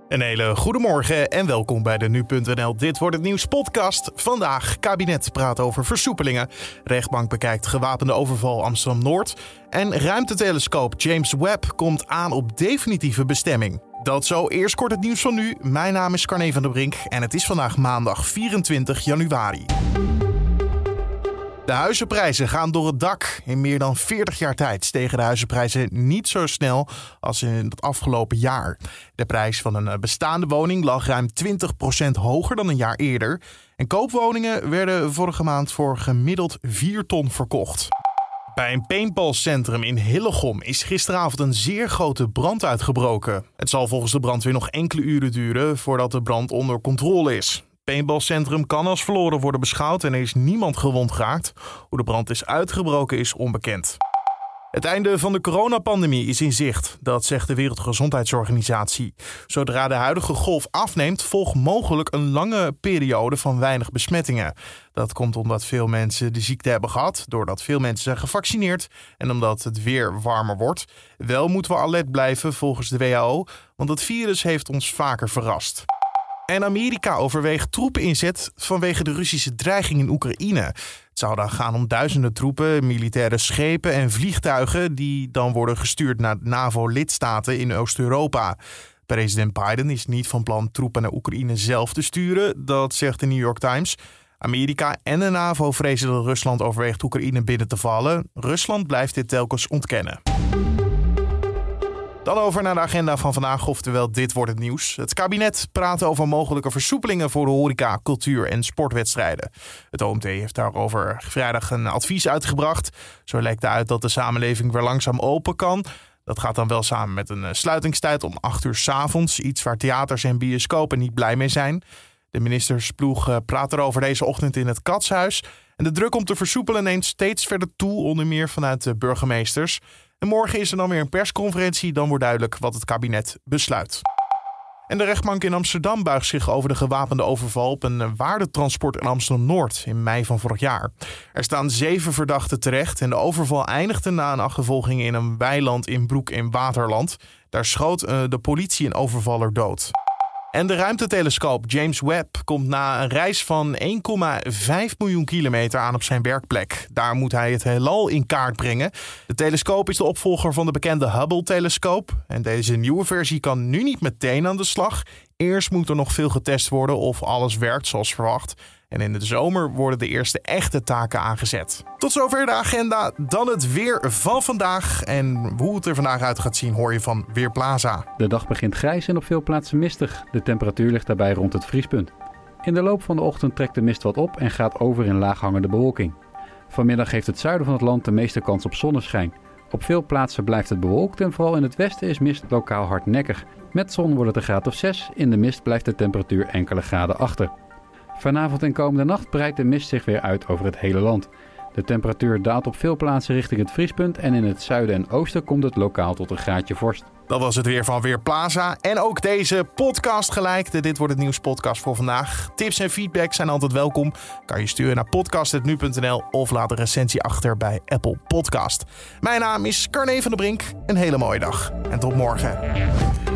Een hele goede morgen en welkom bij de Nu.nl Dit Wordt Het Nieuws podcast. Vandaag kabinet praat over versoepelingen. Rechtbank bekijkt gewapende overval Amsterdam-Noord. En ruimtetelescoop James Webb komt aan op definitieve bestemming. Dat zo, eerst kort het nieuws van nu. Mijn naam is Carne van der Brink en het is vandaag maandag 24 januari. De huizenprijzen gaan door het dak. In meer dan 40 jaar tijd stegen de huizenprijzen niet zo snel als in het afgelopen jaar. De prijs van een bestaande woning lag ruim 20% hoger dan een jaar eerder. En koopwoningen werden vorige maand voor gemiddeld 4 ton verkocht. Bij een paintballcentrum in Hillegom is gisteravond een zeer grote brand uitgebroken. Het zal volgens de brandweer nog enkele uren duren voordat de brand onder controle is. Het paintballcentrum kan als verloren worden beschouwd en er is niemand gewond geraakt. Hoe de brand is uitgebroken is onbekend. Het einde van de coronapandemie is in zicht, dat zegt de Wereldgezondheidsorganisatie. Zodra de huidige golf afneemt, volgt mogelijk een lange periode van weinig besmettingen. Dat komt omdat veel mensen de ziekte hebben gehad, doordat veel mensen zijn gevaccineerd en omdat het weer warmer wordt. Wel moeten we alert blijven volgens de WHO, want het virus heeft ons vaker verrast. En Amerika overweegt troepeninzet vanwege de Russische dreiging in Oekraïne. Het zou dan gaan om duizenden troepen, militaire schepen en vliegtuigen die dan worden gestuurd naar NAVO-lidstaten in Oost-Europa. President Biden is niet van plan troepen naar Oekraïne zelf te sturen, dat zegt de New York Times. Amerika en de NAVO vrezen dat Rusland overweegt Oekraïne binnen te vallen. Rusland blijft dit telkens ontkennen. Dan over naar de agenda van vandaag, oftewel dit wordt het nieuws. Het kabinet praat over mogelijke versoepelingen voor de horeca, cultuur en sportwedstrijden. Het OMT heeft daarover vrijdag een advies uitgebracht. Zo lijkt het uit dat de samenleving weer langzaam open kan. Dat gaat dan wel samen met een sluitingstijd om 8 uur 's avonds. Iets waar theaters en bioscopen niet blij mee zijn. De ministersploeg praat erover deze ochtend in het Katshuis. En de druk om te versoepelen neemt steeds verder toe, onder meer vanuit de burgemeesters. En morgen is er dan weer een persconferentie. Dan wordt duidelijk wat het kabinet besluit. En de rechtbank in Amsterdam buigt zich over de gewapende overval op een waardetransport in Amsterdam-Noord in mei van vorig jaar. Er staan 7 verdachten terecht en de overval eindigde na een achtervolging in een weiland in Broek in Waterland. Daar schoot de politie een overvaller dood. En de ruimtetelescoop James Webb komt na een reis van 1,5 miljoen kilometer aan op zijn werkplek. Daar moet hij het heelal in kaart brengen. De telescoop is de opvolger van de bekende Hubble-telescoop. En deze nieuwe versie kan nu niet meteen aan de slag. Eerst moet er nog veel getest worden of alles werkt zoals verwacht. En in de zomer worden de eerste echte taken aangezet. Tot zover de agenda. Dan het weer van vandaag. En hoe het er vandaag uit gaat zien hoor je van Weerplaza. De dag begint grijs en op veel plaatsen mistig. De temperatuur ligt daarbij rond het vriespunt. In de loop van de ochtend trekt de mist wat op en gaat over in laaghangende bewolking. Vanmiddag heeft het zuiden van het land de meeste kans op zonneschijn. Op veel plaatsen blijft het bewolkt en vooral in het westen is mist lokaal hardnekkig. Met zon wordt het een graad of 6. In de mist blijft de temperatuur enkele graden achter. Vanavond en komende nacht breidt de mist zich weer uit over het hele land. De temperatuur daalt op veel plaatsen richting het vriespunt en in het zuiden en oosten komt het lokaal tot een graadje vorst. Dat was het weer van Weerplaza. En ook deze podcast gelijk. De Dit Wordt Het Nieuws podcast voor vandaag. Tips en feedback zijn altijd welkom. Kan je sturen naar podcast@nu.nl of laat een recensie achter bij Apple Podcast. Mijn naam is Carne van der Brink. Een hele mooie dag en tot morgen.